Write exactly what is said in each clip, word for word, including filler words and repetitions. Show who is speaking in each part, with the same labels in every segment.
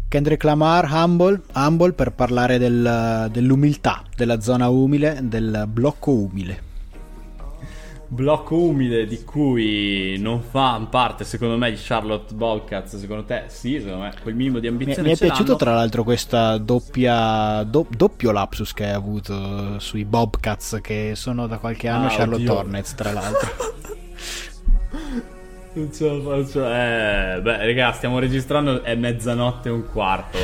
Speaker 1: Kendrick Lamar, Humble, Humble per parlare del, dell'umiltà, della zona umile, del blocco umile.
Speaker 2: Blocco umile di cui non fa parte secondo me di Charlotte Bobcats. Secondo te sì, secondo me quel minimo di ambizione
Speaker 1: mi, mi è
Speaker 2: ce
Speaker 1: piaciuto
Speaker 2: l'hanno.
Speaker 1: Tra l'altro questa doppia do, doppio lapsus che hai avuto sui Bobcats, che sono da qualche anno
Speaker 2: ah,
Speaker 1: Charlotte
Speaker 2: oddio.
Speaker 1: Hornets tra l'altro.
Speaker 2: Non ce la faccio. Eh, beh, raga, stiamo registrando, è mezzanotte e un quarto.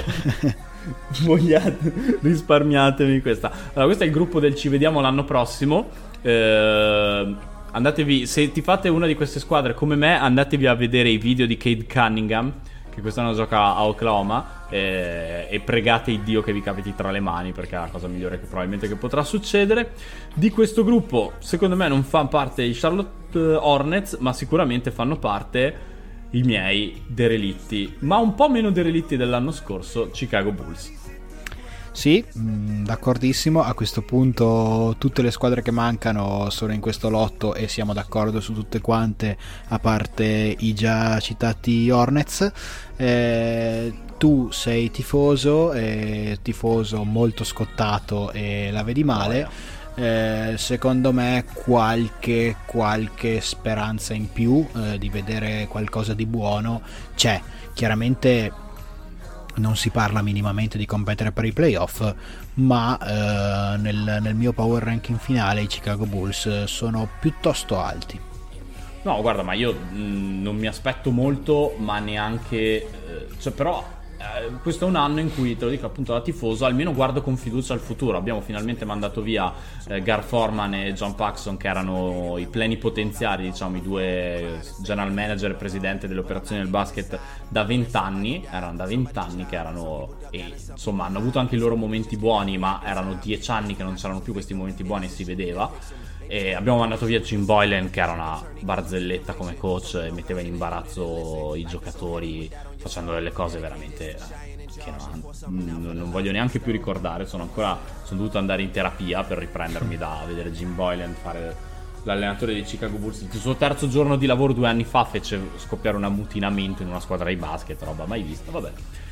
Speaker 2: Vogliate, risparmiatemi questa. Allora, questo è il gruppo del ci vediamo l'anno prossimo. Eh, andatevi, se ti fate una di queste squadre come me, andatevi a vedere i video di Cade Cunningham, che quest'anno gioca a Oklahoma, eh, e pregate il Dio che vi capiti tra le mani, perché è la cosa migliore che probabilmente che potrà succedere. Di questo gruppo secondo me non fa parte i Charlotte Hornets, ma sicuramente fanno parte i miei derelitti, ma un po' meno derelitti dell'anno scorso, Chicago Bulls.
Speaker 1: Sì, d'accordissimo. A questo punto tutte le squadre che mancano sono in questo lotto e siamo d'accordo su tutte quante, a parte i già citati Hornets. Eh, tu sei tifoso, eh, tifoso molto scottato e la vedi male. Eh, secondo me qualche, qualche speranza in più eh, di vedere qualcosa di buono c'è. Chiaramente non si parla minimamente di competere per i playoff, ma eh, nel, nel mio power ranking finale i Chicago Bulls sono piuttosto alti.
Speaker 2: No, guarda, ma io mh, non mi aspetto molto, ma neanche eh, cioè, però eh, questo è un anno in cui, te lo dico appunto da tifoso, almeno guardo con fiducia al futuro. Abbiamo finalmente mandato via eh, Gar Forman e John Paxson, che erano i plenipotenziari, diciamo, i due general manager e presidente delle operazioni del basket da vent'anni. Erano da vent'anni che erano, e insomma hanno avuto anche i loro momenti buoni, ma erano dieci anni che non c'erano più questi momenti buoni e si vedeva. E abbiamo mandato via Jim Boylan, che era una barzelletta come coach e metteva in imbarazzo i giocatori facendo delle cose veramente che non, non voglio neanche più ricordare. Sono ancora sono dovuto andare in terapia per riprendermi da vedere Jim Boylan fare l'allenatore dei Chicago Bulls. Il suo terzo giorno di lavoro due anni fa fece scoppiare un ammutinamento in una squadra di basket, roba mai vista. Vabbè.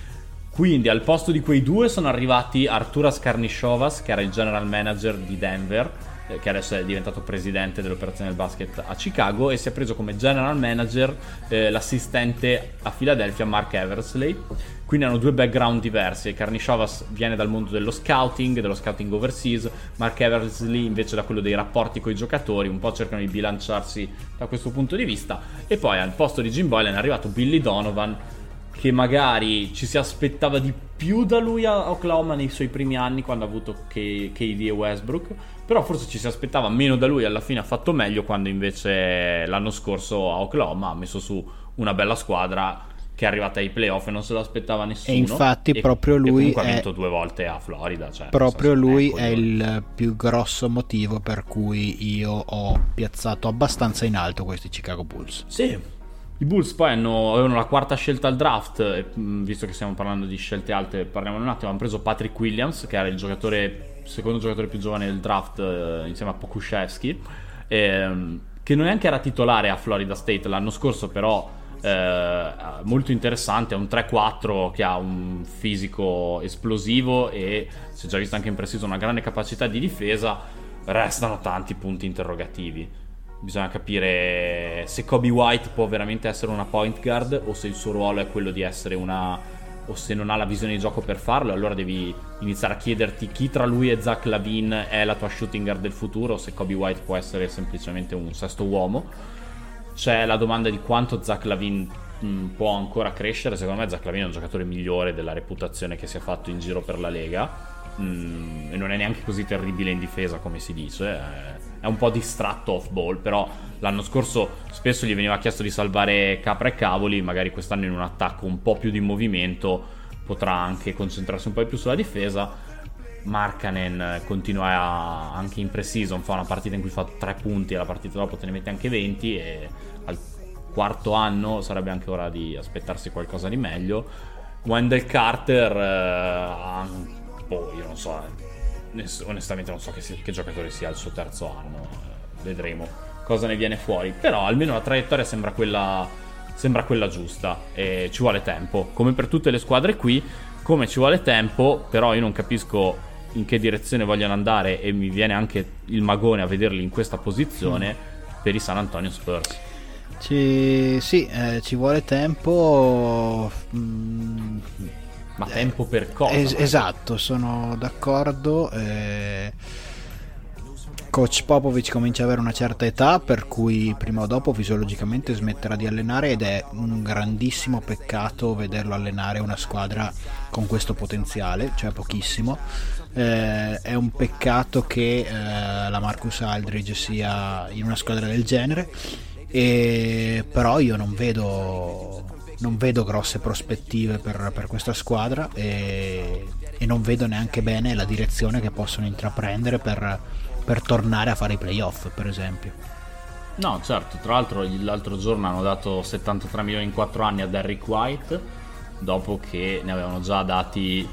Speaker 2: Quindi al posto di quei due sono arrivati Arturas Karnisovas, che era il general manager di Denver, che adesso è diventato presidente dell'operazione del basket a Chicago, e si è preso come general manager eh, l'assistente a Philadelphia Mark Eversley. Quindi hanno due background diversi. Karnisovas viene dal mondo dello scouting, dello scouting overseas, Mark Eversley invece da quello dei rapporti con i giocatori. Un po' cercano di bilanciarsi da questo punto di vista. E poi al posto di Jim Boylan è arrivato Billy Donovan, che magari ci si aspettava di più da lui a Oklahoma nei suoi primi anni, quando ha avuto K D e Westbrook, però forse ci si aspettava meno da lui. Alla fine ha fatto meglio, quando invece l'anno scorso a Oklahoma ha messo su una bella squadra che è arrivata ai playoff e non se lo aspettava nessuno.
Speaker 1: E infatti
Speaker 2: e,
Speaker 1: proprio lui
Speaker 2: e comunque
Speaker 1: è,
Speaker 2: ha vinto due volte a Florida, cioè,
Speaker 1: proprio lui
Speaker 2: è,
Speaker 1: è il più grosso motivo per cui io ho piazzato abbastanza in alto questi Chicago Bulls.
Speaker 2: Sì. I Bulls poi hanno, avevano la quarta scelta al draft, e, visto che stiamo parlando di scelte alte, parliamo un attimo. Hanno preso Patrick Williams, che era il giocatore, secondo giocatore più giovane del draft, eh, insieme a Pokusevski, ehm, che non neanche era titolare a Florida State l'anno scorso, però eh, molto interessante. È un tre quattro che ha un fisico esplosivo e, si è già visto anche in pre-season, una grande capacità di difesa. Restano tanti punti interrogativi. Bisogna capire se Kobe White può veramente essere una point guard, o se il suo ruolo è quello di essere una, o se non ha la visione di gioco per farlo. Allora devi iniziare a chiederti chi tra lui e Zach LaVine è la tua shooting guard del futuro, o se Kobe White può essere semplicemente un sesto uomo. C'è la domanda di quanto Zach LaVine mh, può ancora crescere. Secondo me Zach LaVine è un giocatore migliore della reputazione che si è fatto in giro per la Lega, mh, e non è neanche così terribile in difesa come si dice. eh. È un po' distratto off ball, però l'anno scorso spesso gli veniva chiesto di salvare capra e cavoli. Magari quest'anno in un attacco un po' più di movimento potrà anche concentrarsi un po' di più sulla difesa. Markkanen continua a, anche in pre-season, fa una partita in cui fa tre punti e la partita dopo te ne mette anche venti, e al quarto anno sarebbe anche ora di aspettarsi qualcosa di meglio. Wendell Carter eh, boh, io non so, onestamente non so che, che giocatore sia il suo terzo anno, vedremo cosa ne viene fuori. Però almeno la traiettoria sembra quella sembra quella giusta, e ci vuole tempo, come per tutte le squadre qui, come ci vuole tempo, però io non capisco in che direzione vogliono andare, e mi viene anche il magone a vederli in questa posizione mm. per i San Antonio Spurs.
Speaker 1: Ci, sì, eh, ci vuole tempo. Mm,
Speaker 2: ma tempo per cosa?
Speaker 1: Es- esatto, sono d'accordo. Eh, Coach Popovich comincia ad avere una certa età, per cui prima o dopo fisiologicamente smetterà di allenare, ed è un grandissimo peccato vederlo allenare una squadra con questo potenziale, cioè pochissimo. Eh, è un peccato che eh, la Marcus Aldridge sia in una squadra del genere, e però io non vedo non vedo grosse prospettive per, per questa squadra, e, e non vedo neanche bene la direzione che possono intraprendere per, per tornare a fare i playoff, per esempio.
Speaker 2: No, certo, tra l'altro l'altro giorno hanno dato settantatré milioni in quattro anni a Derrick White, dopo che ne avevano già dati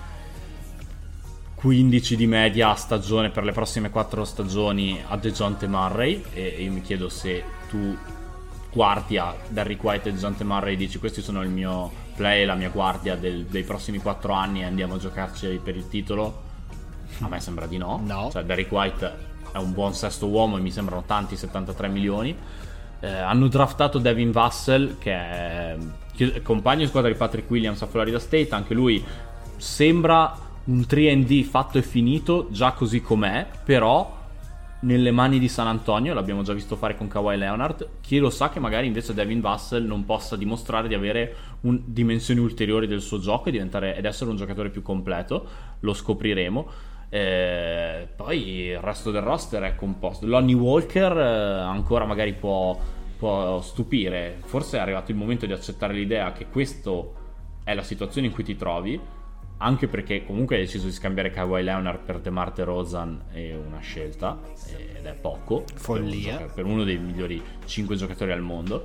Speaker 2: quindici di media a stagione per le prossime quattro stagioni a DeJounte Murray, e io mi chiedo se tu guardia Derrick White e DeJounte Murray, dici questi sono il mio play e la mia guardia del, dei prossimi quattro anni e andiamo a giocarci per il titolo. A me sembra di no,
Speaker 1: no.
Speaker 2: Cioè Derrick White è un buon sesto uomo e mi sembrano tanti settantatré milioni. Eh, hanno draftato Devin Vassell, che è compagno di squadra di Patrick Williams a Florida State, anche lui sembra un tre and D fatto e finito già così com'è, però nelle mani di San Antonio, l'abbiamo già visto fare con Kawhi Leonard, chi lo sa che magari invece Devin Vassell non possa dimostrare di avere un, dimensioni ulteriori del suo gioco e diventare, ed essere un giocatore più completo, lo scopriremo. Eh, poi il resto del roster è composto. Lonnie Walker eh, ancora magari può, può stupire, forse è arrivato il momento di accettare l'idea che questa è la situazione in cui ti trovi, anche perché comunque hai deciso di scambiare Kawhi Leonard per DeMar DeRozan, è una scelta, ed è poco,
Speaker 1: follia
Speaker 2: per, un per uno dei migliori cinque giocatori al mondo,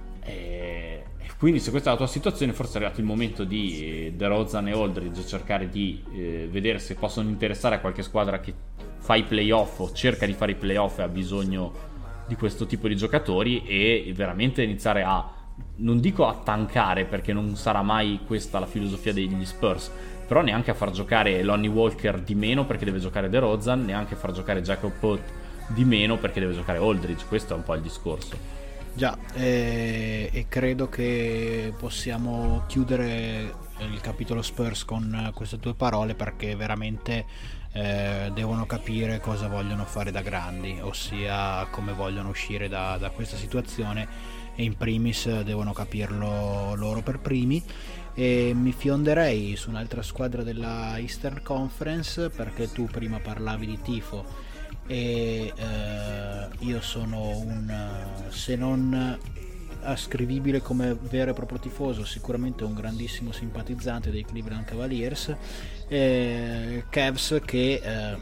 Speaker 2: e, e quindi se questa è la tua situazione forse è arrivato il momento di eh, DeRozan e Aldridge cercare di eh, vedere se possono interessare a qualche squadra che fa i playoff o cerca di fare i playoff e ha bisogno di questo tipo di giocatori, e veramente iniziare a, non dico a tankare perché non sarà mai questa la filosofia degli Spurs, però neanche a far giocare Lonnie Walker di meno perché deve giocare DeRozan, neanche a far giocare Jacob Poeltl di meno perché deve giocare Aldridge. Questo è un po' il discorso.
Speaker 1: Già, e, e credo che possiamo chiudere il capitolo Spurs con queste due parole, perché veramente eh, devono capire cosa vogliono fare da grandi, ossia come vogliono uscire da, da questa situazione, e in primis devono capirlo loro per primi. E mi fionderei su un'altra squadra della Eastern Conference, perché tu prima parlavi di tifo e eh, io sono un, se non ascrivibile come vero e proprio tifoso, sicuramente un grandissimo simpatizzante dei Cleveland Cavaliers, eh, Cavs, che eh,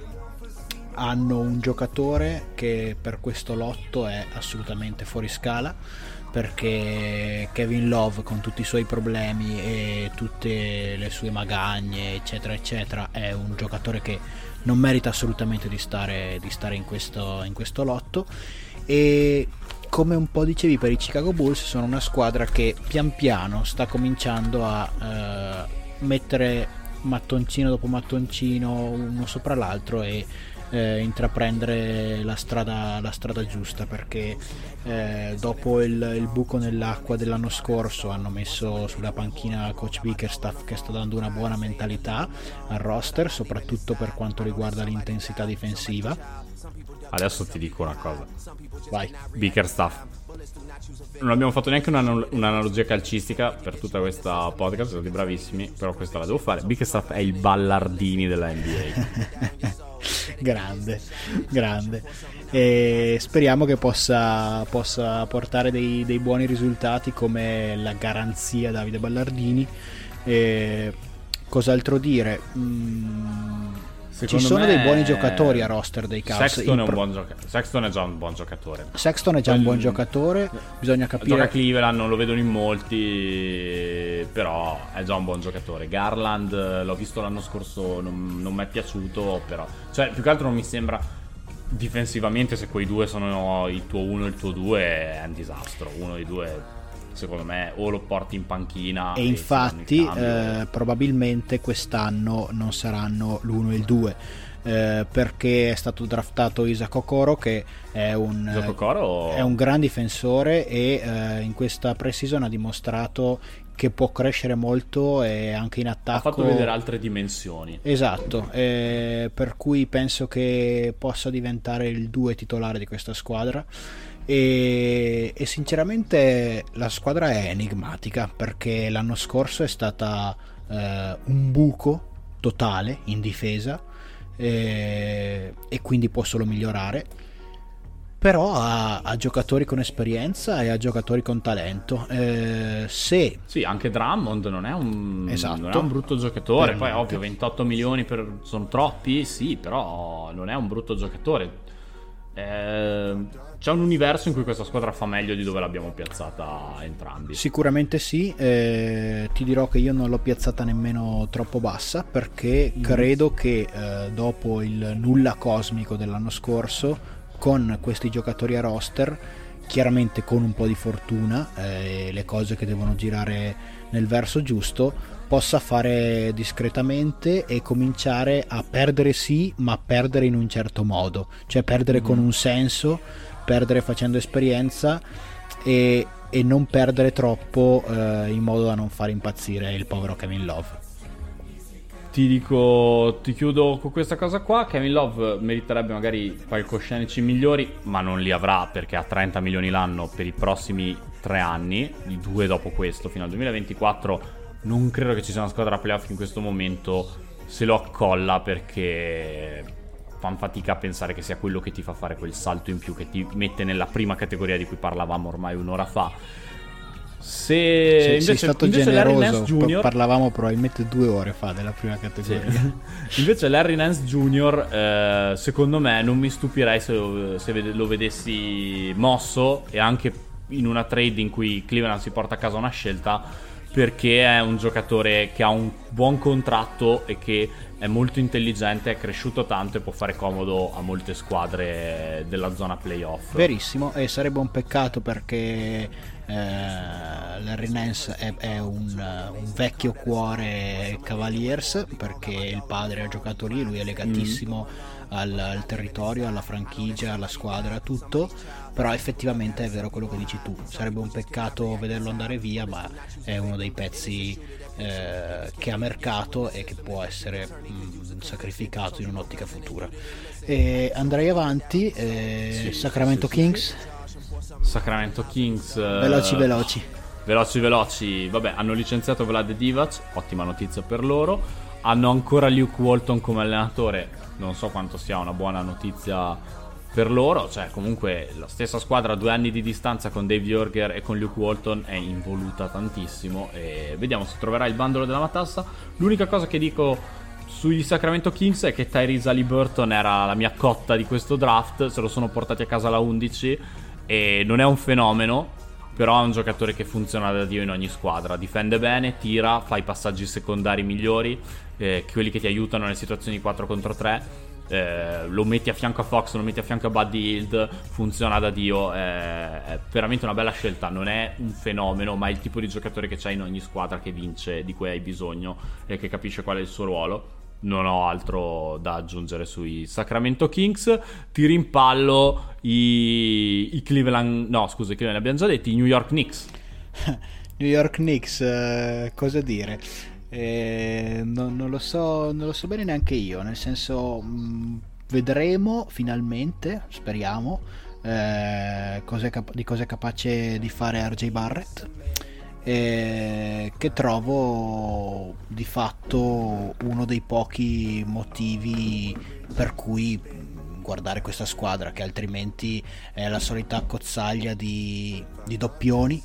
Speaker 1: hanno un giocatore che per questo lotto è assolutamente fuori scala, perché Kevin Love, con tutti i suoi problemi e tutte le sue magagne eccetera eccetera, è un giocatore che non merita assolutamente di stare, di stare in questo, in questo lotto. E come un po' dicevi per i Chicago Bulls, sono una squadra che pian piano sta cominciando a eh, mettere mattoncino dopo mattoncino uno sopra l'altro e Eh, intraprendere la strada, la strada giusta, perché eh, dopo il, il buco nell'acqua dell'anno scorso hanno messo sulla panchina coach Bickerstaff, che sta dando una buona mentalità al roster, soprattutto per quanto riguarda l'intensità difensiva.
Speaker 2: Adesso ti dico una cosa,
Speaker 1: vai.
Speaker 2: Bickerstaff, non abbiamo fatto neanche una, un'analogia calcistica per tutta questa podcast, siete bravissimi, però questa la devo fare. Bickerstaff è il Ballardini della N B A.
Speaker 1: grande grande e speriamo che possa, possa portare dei, dei buoni risultati, come la garanzia Davide Ballardini. E cos'altro dire? Mm, ci sono dei buoni giocatori a roster dei Cavs.
Speaker 2: Sexton è, un buon gioca- Sexton è già un buon giocatore.
Speaker 1: Sexton è già un buon giocatore, bisogna capire.
Speaker 2: Gioca a Cleveland, non lo vedono in molti, però è già un buon giocatore. Garland l'ho visto l'anno scorso, non, non mi è piaciuto, però cioè più che altro non mi sembra difensivamente, se quei due sono il tuo uno e il tuo due è un disastro. Uno dei due secondo me o lo porti in panchina
Speaker 1: e, e infatti eh, probabilmente quest'anno non saranno l'uno e il due, eh, perché è stato draftato Isaac Okoro, che è un,
Speaker 2: Okoro...
Speaker 1: è un gran difensore e eh, in questa pre-season ha dimostrato che può crescere molto e anche in attacco
Speaker 2: ha fatto vedere altre dimensioni.
Speaker 1: Esatto, eh, per cui penso che possa diventare il due titolare di questa squadra. E, e sinceramente la squadra è enigmatica, perché l'anno scorso è stata eh, un buco totale in difesa, eh, e quindi può solo migliorare, però ha, ha giocatori con esperienza e ha giocatori con talento, eh, se
Speaker 2: sì, anche Drummond non è un,
Speaker 1: esatto,
Speaker 2: non è un brutto giocatore,
Speaker 1: per
Speaker 2: poi
Speaker 1: niente.
Speaker 2: ovvio ventotto milioni per, sono troppi, sì, però non è un brutto giocatore. Eh, c'è un universo in cui questa squadra fa meglio di dove l'abbiamo piazzata entrambi.
Speaker 1: Sicuramente sì, eh, ti dirò che io non l'ho piazzata nemmeno troppo bassa, perché mm. credo che eh, dopo il nulla cosmico dell'anno scorso, con questi giocatori a roster, chiaramente con un po' di fortuna e eh, le cose che devono girare nel verso giusto, possa fare discretamente e cominciare a perdere, sì, ma perdere in un certo modo, cioè perdere mm. con un senso, perdere facendo esperienza e, e non perdere troppo eh, in modo da non fare impazzire il povero Kevin Love.
Speaker 2: Ti dico, ti chiudo con questa cosa qua. Kevin Love meriterebbe magari palcoscenici migliori, ma non li avrà, perché ha trenta milioni l'anno per i prossimi tre anni, i due dopo questo fino al duemilaventiquattro. Non credo che ci sia una squadra playoff in questo momento se lo accolla, perché fan fatica a pensare che sia quello che ti fa fare quel salto in più, che ti mette nella prima categoria di cui parlavamo ormai un'ora fa. Se
Speaker 1: sì,
Speaker 2: invece,
Speaker 1: sei stato
Speaker 2: invece
Speaker 1: generoso,
Speaker 2: Larry Nance Junior
Speaker 1: parlavamo probabilmente due ore fa della prima categoria.
Speaker 2: Sì. Invece Larry Nance Junior eh, secondo me non mi stupirei se, lo, se lo vedessi mosso, e anche in una trade in cui Cleveland si porta a casa una scelta, perché è un giocatore che ha un buon contratto e che è molto intelligente, è cresciuto tanto e può fare comodo a molte squadre della zona playoff.
Speaker 1: Verissimo, e sarebbe un peccato, perché eh, Larry Nance è, è un, un vecchio cuore Cavaliers, perché il padre ha giocato lì, lui è legatissimo mm. al, al territorio, alla franchigia, alla squadra, tutto. Però effettivamente è vero quello che dici tu, sarebbe un peccato vederlo andare via, ma è uno dei pezzi eh, che ha mercato e che può essere mh, sacrificato in un'ottica futura. E andrei avanti, eh, sì, Sacramento sì, Kings.
Speaker 2: Sacramento Kings,
Speaker 1: veloci veloci
Speaker 2: veloci veloci vabbè, hanno licenziato Vlade Divac, ottima notizia per loro. Hanno ancora Luke Walton come allenatore, non so quanto sia una buona notizia per loro, cioè comunque la stessa squadra a due anni di distanza con Dave Joerger e con Luke Walton è involuta tantissimo, e vediamo se troverà il bandolo della matassa. L'unica cosa che dico sugli Sacramento Kings è che Tyrese Haliburton era la mia cotta di questo draft, se lo sono portati a casa alla undici e non è un fenomeno, però è un giocatore che funziona da Dio in ogni squadra, difende bene, tira, fa i passaggi secondari migliori, eh, quelli che ti aiutano nelle situazioni quattro contro tre. Eh, lo metti a fianco a Fox, lo metti a fianco a Buddy Hield, funziona da Dio, eh, è veramente una bella scelta. Non è un fenomeno, ma è il tipo di giocatore che c'hai in ogni squadra, che vince, di cui hai bisogno e che capisce qual è il suo ruolo. Non ho altro da aggiungere sui Sacramento Kings. Ti rimpallo i, i Cleveland, no scusa, i Cleveland abbiamo già detti, i New York Knicks.
Speaker 1: New York Knicks, eh, cosa dire? Eh, non, non lo so, non lo so bene neanche io, nel senso mh, vedremo finalmente, speriamo, eh, cos'è capa- di cosa è capace di fare R J Barrett, eh, che trovo di fatto uno dei pochi motivi per cui guardare questa squadra, che altrimenti è la solita accozzaglia di, di doppioni,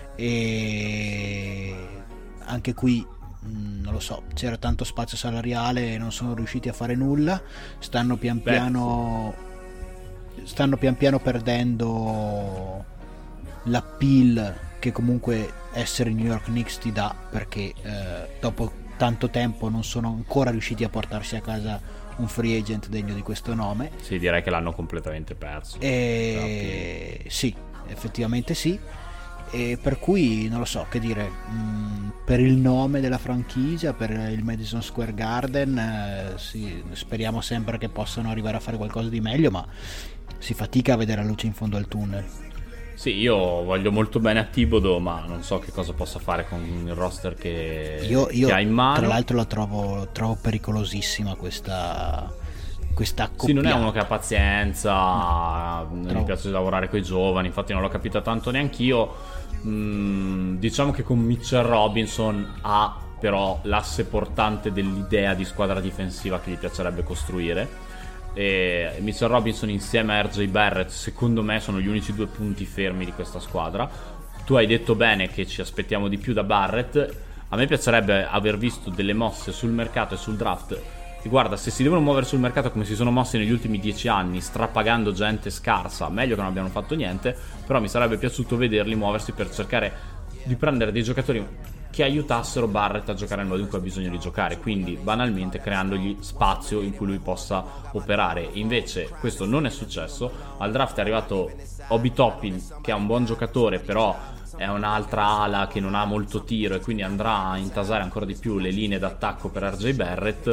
Speaker 1: e anche qui non lo so, c'era tanto spazio salariale e non sono riusciti a fare nulla. Stanno pian piano Beh. stanno pian piano perdendo l'appeal che comunque essere New York Knicks ti dà, perché eh, dopo tanto tempo non sono ancora riusciti a portarsi a casa un free agent degno di questo nome.
Speaker 2: Sì, direi che l'hanno completamente perso.
Speaker 1: E... sì, effettivamente sì. e per cui non lo so che dire, mh, per il nome della franchigia, per il Madison Square Garden, eh, sì, speriamo sempre che possano arrivare a fare qualcosa di meglio, ma si fatica a vedere la luce in fondo al tunnel.
Speaker 2: Sì, io voglio molto bene a Thibodeau, ma non so che cosa possa fare con il roster che,
Speaker 1: io, io,
Speaker 2: che ha in mano.
Speaker 1: Tra l'altro la trovo, trovo pericolosissima questa, questa accoppiata.
Speaker 2: Sì, non è uno che ha pazienza, no, non
Speaker 1: trovo.
Speaker 2: gli piace lavorare con i giovani, infatti non l'ho capita tanto neanch'io. Mm, diciamo che con Mitchell Robinson ha però l'asse portante dell'idea di squadra difensiva che gli piacerebbe costruire. E Mitchell Robinson insieme a R J Barrett secondo me sono gli unici due punti fermi di questa squadra. Tu hai detto bene che ci aspettiamo di più da Barrett. A me piacerebbe aver visto delle mosse sul mercato e sul draft. E guarda, se si devono muovere sul mercato come si sono mossi negli ultimi dieci anni, strapagando gente scarsa, meglio che non abbiano fatto niente. Però mi sarebbe piaciuto vederli muoversi per cercare di prendere dei giocatori che aiutassero Barrett a giocare nel modo in cui ha bisogno di giocare, quindi banalmente creandogli spazio in cui lui possa operare. Invece questo non è successo. Al draft è arrivato Obi Toppin, che è un buon giocatore, però è un'altra ala che non ha molto tiro e quindi andrà a intasare ancora di più le linee d'attacco per R J Barrett.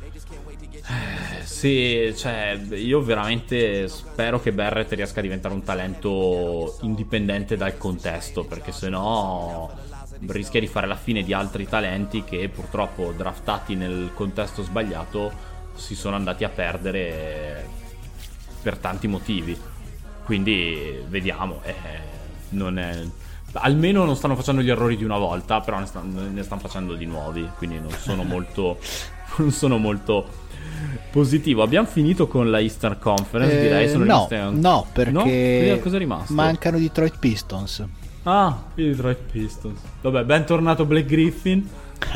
Speaker 2: Eh, sì, cioè io veramente spero che Barrett riesca a diventare un talento indipendente dal contesto, perché sennò rischia di fare la fine di altri talenti che purtroppo draftati nel contesto sbagliato si sono andati a perdere per tanti motivi. Quindi vediamo, eh, non è... almeno non stanno facendo gli errori di una volta, però ne stanno, ne stanno facendo di nuovi, quindi non sono molto non sono molto positivo. Abbiamo finito con la Eastern Conference,
Speaker 1: eh,
Speaker 2: direi. Sono
Speaker 1: no,
Speaker 2: rimaste...
Speaker 1: no, perché
Speaker 2: no? Cosa è rimasto?
Speaker 1: Mancano Detroit Pistons.
Speaker 2: Ah, i Detroit Pistons. Vabbè, ben tornato Blake Griffin.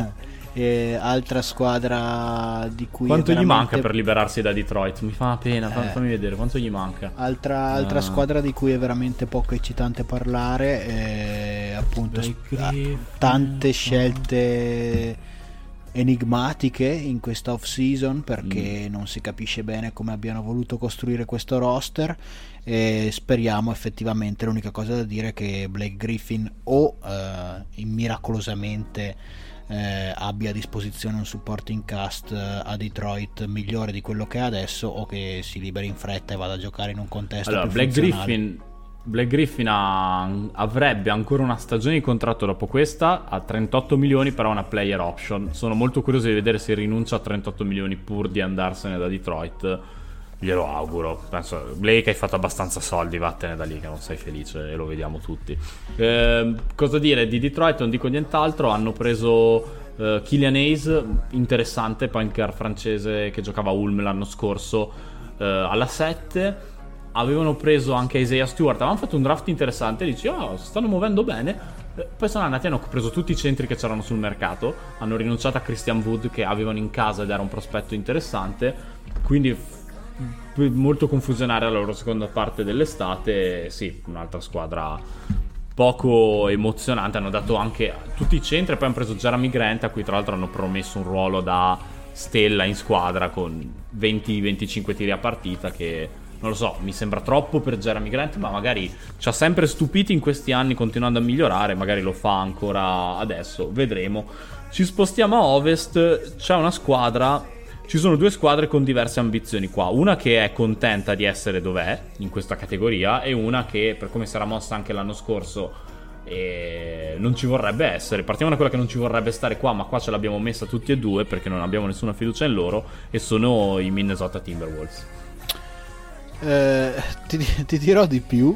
Speaker 1: E altra squadra di cui
Speaker 2: quanto
Speaker 1: veramente...
Speaker 2: gli manca per liberarsi da Detroit? Mi fa una pena, eh, fammi vedere quanto gli manca.
Speaker 1: Altra, altra ah. squadra di cui è veramente poco eccitante parlare, è appunto Griffin, tante scelte enigmatiche in questa off season, perché mm. non si capisce bene come abbiano voluto costruire questo roster, e speriamo effettivamente, l'unica cosa da dire è che Blake Griffin o eh, miracolosamente eh, abbia a disposizione un supporting cast eh, a Detroit migliore di quello che ha adesso, o che si liberi in fretta e vada a giocare in un contesto
Speaker 2: allora,
Speaker 1: più
Speaker 2: Blake
Speaker 1: funzionale.
Speaker 2: Griffin Blake Griffin ha, avrebbe ancora una stagione di contratto dopo questa a trentotto milioni, però una player option. Sono molto curioso di vedere se rinuncia a trentotto milioni pur di andarsene da Detroit. Glielo auguro. Penso, Blake, hai fatto abbastanza soldi, vattene da lì che non sei felice, e lo vediamo tutti. Eh, cosa dire di Detroit? Non dico nient'altro. Hanno preso eh, Killian Hayes, interessante, point guard francese che giocava a Ulm l'anno scorso, eh, alla sette. Avevano preso anche Isaiah Stewart, avevano fatto un draft interessante, dici oh, si stanno muovendo bene. Poi sono andati, hanno preso tutti i centri che c'erano sul mercato, hanno rinunciato a Christian Wood che avevano in casa ed era un prospetto interessante, quindi f- molto confusionaria la loro seconda parte dell'estate. Sì, un'altra squadra poco emozionante. Hanno dato anche tutti i centri e poi hanno preso Jeremy Grant, a cui tra l'altro hanno promesso un ruolo da stella in squadra con venti venticinque tiri a partita, che non lo so, mi sembra troppo per Jeremy Grant, ma magari ci ha sempre stupiti in questi anni continuando a migliorare, magari lo fa ancora adesso, vedremo. Ci spostiamo a Ovest, c'è una squadra, ci sono due squadre con diverse ambizioni qua, una che è contenta di essere dov'è in questa categoria e una che, per come si era mossa anche l'anno scorso, e non ci vorrebbe essere. Partiamo da quella che non ci vorrebbe stare qua, ma qua ce l'abbiamo messa tutti e due perché non abbiamo nessuna fiducia in loro, e sono i Minnesota Timberwolves.
Speaker 1: Eh, ti, ti dirò di più.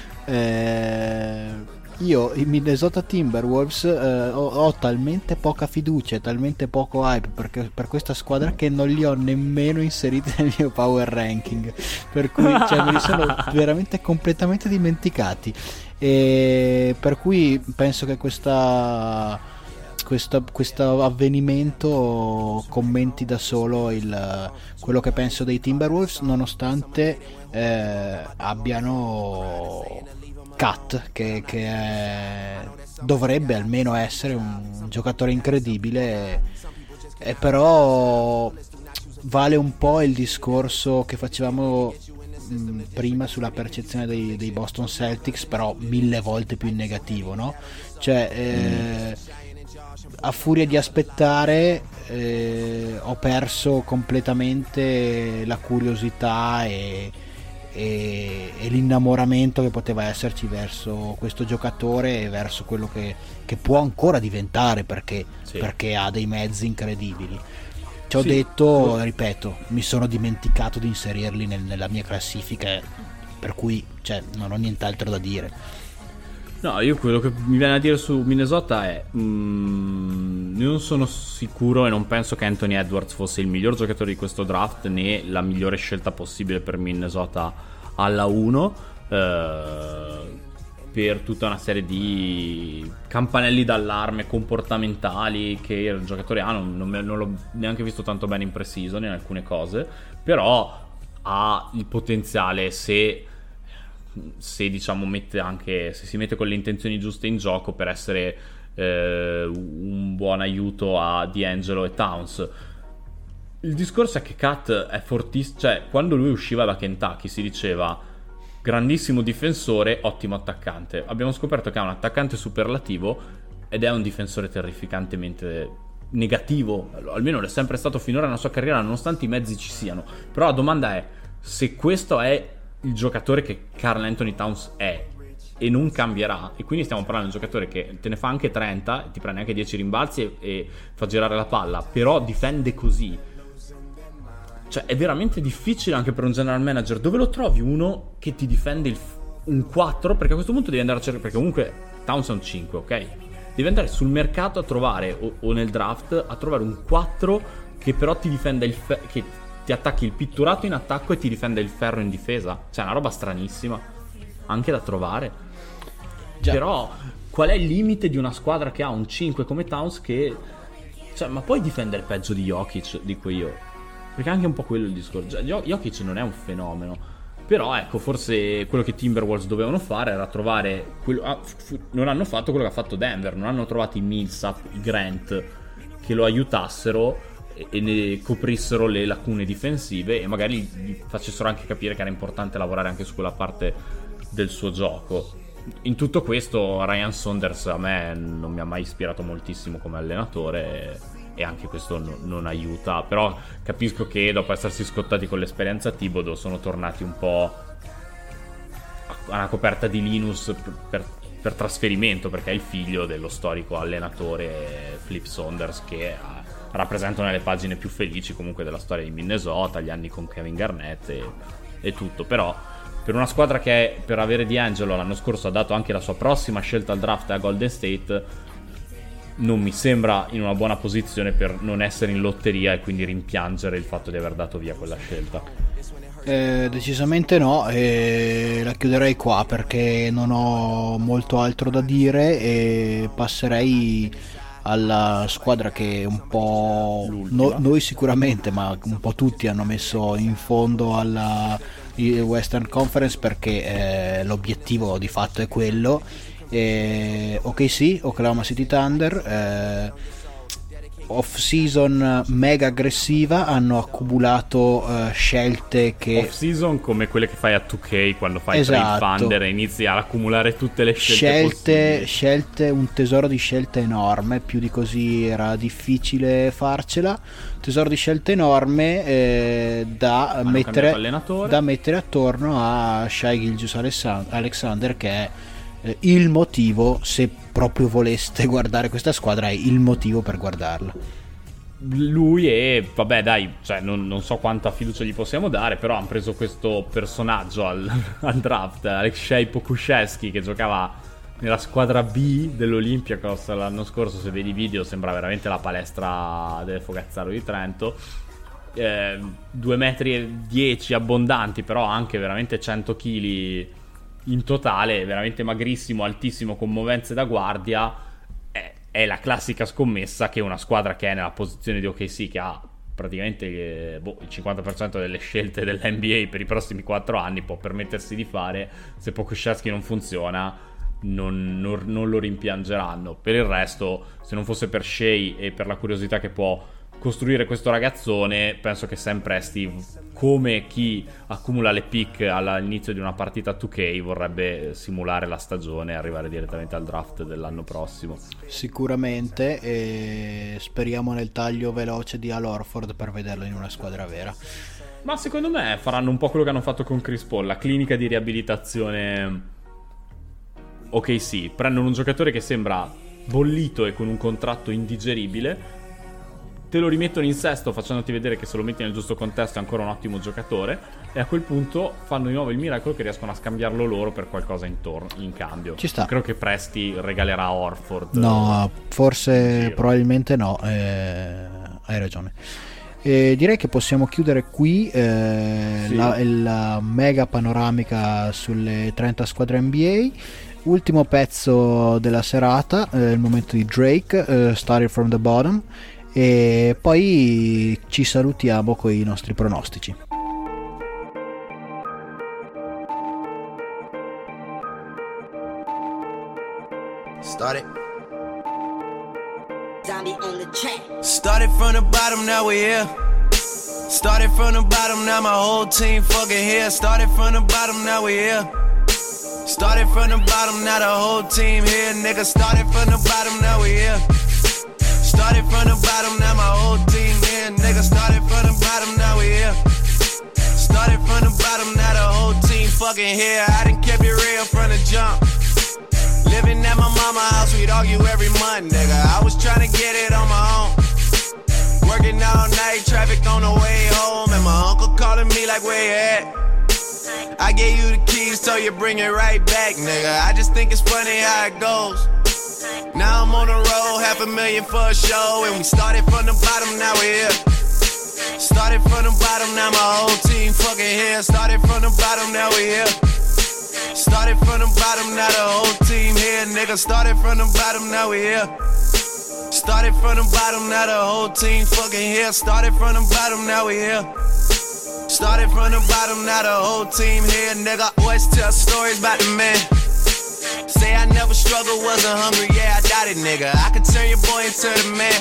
Speaker 1: Eh, io i Minnesota Timberwolves eh, ho, ho talmente poca fiducia e talmente poco hype perché, per questa squadra, che non li ho nemmeno inseriti nel mio power ranking, per cui cioè, me li sono veramente completamente dimenticati, e per cui penso che questa Questo, questo avvenimento commenti da solo il, quello che penso dei Timberwolves, nonostante eh, abbiano Cat che, che è, dovrebbe almeno essere un giocatore incredibile, e però vale un po' il discorso che facevamo mh, prima sulla percezione dei, dei Boston Celtics, però mille volte più in negativo, no? Cioè eh, a furia di aspettare eh, ho perso completamente la curiosità e, e, e l'innamoramento che poteva esserci verso questo giocatore e verso quello che, che può ancora diventare, perché,
Speaker 2: sì.
Speaker 1: perché ha dei mezzi incredibili. Ci ho
Speaker 2: sì.
Speaker 1: detto, ripeto, mi sono dimenticato di inserirli nel, nella mia classifica, per cui cioè, non ho nient'altro da dire.
Speaker 2: No, io quello che mi viene a dire su Minnesota è mm, non sono sicuro e non penso che Anthony Edwards fosse il miglior giocatore di questo draft né la migliore scelta possibile per Minnesota alla uno, eh, per tutta una serie di campanelli d'allarme comportamentali che il giocatore ha. Non, non, non l'ho neanche visto tanto bene in pre-season in alcune cose, però ha il potenziale, se se diciamo mette anche se si mette con le intenzioni giuste in gioco, per essere eh, un buon aiuto a D'Angelo e Towns. Il discorso è che Cat è fortissimo, cioè quando lui usciva da Kentucky si diceva grandissimo difensore, ottimo attaccante. Abbiamo scoperto che è un attaccante superlativo ed è un difensore terrificantemente negativo, almeno lo è sempre stato finora nella sua carriera, nonostante i mezzi ci siano. Però la domanda è se questo è il giocatore che Karl Anthony Towns è e non cambierà, e quindi stiamo parlando di un giocatore che te ne fa anche trenta, ti prende anche dieci rimbalzi e, e fa girare la palla, però difende così. Cioè è veramente difficile anche per un general manager. Dove lo trovi uno che ti difende il f- un quattro? Perché a questo punto devi andare a cercare, perché comunque Towns è un cinque, ok? Devi andare sul mercato a trovare o, o nel draft a trovare un quattro che però ti difenda il fe- che ti attacchi il pitturato in attacco e ti difende il ferro in difesa. Cioè è una roba stranissima anche da trovare. Già. Però qual è il limite di una squadra che ha un cinque come Towns che cioè ma poi difende il peggio di Jokic, dico io, perché anche un po' quello il discorso. Jokic non è un fenomeno, però ecco, forse quello che Timberwolves dovevano fare era trovare quello, ah, fu, non hanno fatto quello che ha fatto Denver, non hanno trovato i Millsap, i Grant che lo aiutassero e ne coprissero le lacune difensive e magari gli facessero anche capire che era importante lavorare anche su quella parte del suo gioco. In tutto questo Ryan Saunders a me non mi ha mai ispirato moltissimo come allenatore e anche questo no, non aiuta, però capisco che dopo essersi scottati con l'esperienza Thibodeau sono tornati un po' a una coperta di Linus per, per, per trasferimento, perché è il figlio dello storico allenatore Flip Saunders, che ha rappresentano le pagine più felici comunque della storia di Minnesota, gli anni con Kevin Garnett e, e tutto. Però per una squadra che per avere D'Angelo l'anno scorso ha dato anche la sua prossima scelta al draft a Golden State, non mi sembra in una buona posizione per non essere in lotteria e quindi rimpiangere il fatto di aver dato via quella scelta.
Speaker 1: Eh, decisamente no, e la chiuderei qua perché non ho molto altro da dire e passerei alla squadra che un po' no, noi sicuramente, ma un po' tutti hanno messo in fondo alla Western Conference, perché eh, l'obiettivo di fatto è quello. eh, ok sì, Oklahoma City Thunder, eh, off season mega aggressiva, hanno accumulato uh, scelte che
Speaker 2: off season come quelle che fai a due K quando fai
Speaker 1: esatto.
Speaker 2: Trade Thunder e inizi ad accumulare tutte le scelte
Speaker 1: scelte,
Speaker 2: possibili.
Speaker 1: scelte un tesoro di scelte enorme, più di così era difficile farcela. Tesoro di scelte enorme eh, da, mettere, da mettere attorno a Shai Gilgeous-Alexander, che è eh, il motivo, se proprio voleste guardare questa squadra, è il motivo per guardarla.
Speaker 2: Lui e vabbè dai, cioè non, non so quanta fiducia gli possiamo dare, però hanno preso questo personaggio al, al draft, Aleksej Pokusevski, che giocava nella squadra B dell'Olympiacos l'anno scorso. Se vedi i video sembra veramente la palestra del Fogazzaro di Trento. eh, due metri e dieci abbondanti, però anche veramente cento chili in totale, veramente magrissimo, altissimo, con movenze da guardia. È, è la classica scommessa che una squadra che è nella posizione di O K C, che ha praticamente eh, boh, il cinquanta per cento delle scelte dell'N B A per i prossimi quattro anni, può permettersi di fare. Se Pokusevski non funziona non, non, non lo rimpiangeranno. Per il resto, se non fosse per Shai e per la curiosità che può costruire questo ragazzone, penso che Sam Presti, come chi accumula le pick all'inizio di una partita due K, vorrebbe simulare la stagione e arrivare direttamente al draft dell'anno prossimo.
Speaker 1: Sicuramente, e speriamo nel taglio veloce di Al Horford per vederlo in una squadra vera.
Speaker 2: Ma secondo me faranno un po' quello che hanno fatto con Chris Paul, la clinica di riabilitazione. Ok, sì, prendono un giocatore che sembra bollito e con un contratto indigeribile, te lo rimettono in sesto facendoti vedere che se lo metti nel giusto contesto è ancora un ottimo giocatore, e a quel punto fanno di nuovo il miracolo che riescono a scambiarlo loro per qualcosa intorno, in cambio.
Speaker 1: Ci sta.
Speaker 2: Credo che Presti regalerà Horford.
Speaker 1: No, forse probabilmente no, eh, hai ragione. E direi che possiamo chiudere qui eh,
Speaker 2: Sì.
Speaker 1: la, la mega panoramica sulle trenta squadre N B A. Ultimo pezzo della serata, eh, il momento di Drake, eh, Started from the Bottom, e poi ci salutiamo con i nostri pronostici.
Speaker 3: Started. Started from the bottom, now we're here. Started from the bottom, now my whole team fucking here. Started from the bottom, now we're here. Started from the bottom, now the whole team here, nigga. Started from the bottom, now we here. Started from the bottom, now my whole team here, nigga. Started from the bottom, now we here. Started from the bottom, now the whole team fucking here. I done kept it real from the jump. Living at my mama's house, we'd argue every month, nigga. I was trying to get it on my own. Working all night, traffic on the way home, and my uncle calling me like, where you at? I gave you the keys, so you bring it right back, nigga. I just think it's funny how it goes. Now I'm on the road, half a million for a show, and we started from the bottom, now we're here. Started from the bottom, now my whole team fucking here. Started from the bottom, now we here. Started from the bottom, now the whole team here, nigga. Started from the bottom, now we here. Started from the bottom, now the whole team fucking here. Started from the bottom, now we here. Started from the bottom, now the whole team here, nigga. Always tell stories about the man. Say I never struggled, wasn't hungry, yeah, I doubt it, nigga. I could turn your boy into the man.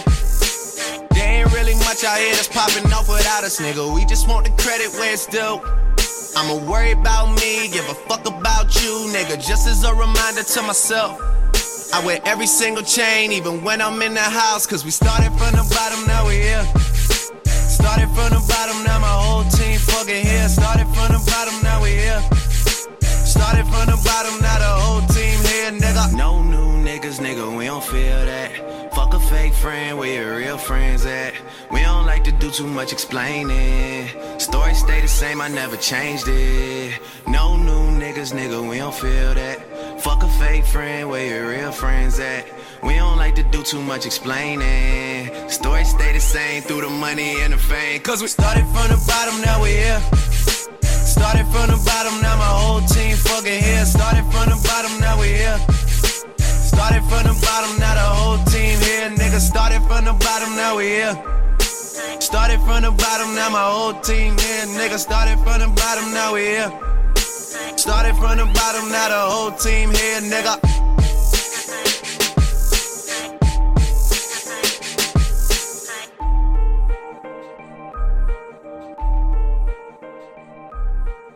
Speaker 3: There ain't really much out here that's popping off without us, nigga. We just want the credit where it's due. I'ma worry about me, give a fuck about you, nigga. Just as a reminder to myself, I wear every single chain, even when I'm in the house. Cause we started from the bottom, now we here. Started from the bottom, now my whole team fucking here. Started from the bottom, now we here. Started from the bottom, now the whole team here, nigga. No new niggas, nigga, we don't feel that. Fuck a fake friend, where your real friends at? We don't like to do too much explaining. Story stay the same, I never changed it. No new niggas, nigga, we don't feel that. Fuck a fake friend, where your real friends at? We don't like to do too much explaining. Story stay the same through the money and the fame. Cause we started from the bottom, now we here. Started from the bottom, now my whole team fucking here. Started from the bottom, now we here. Started from the bottom, now the whole team here, nigga. Started from the bottom, now we here. Started from the bottom, now my whole team here, nigga. Started from the bottom, now we here. Started from the bottom, now the whole team here, nigga.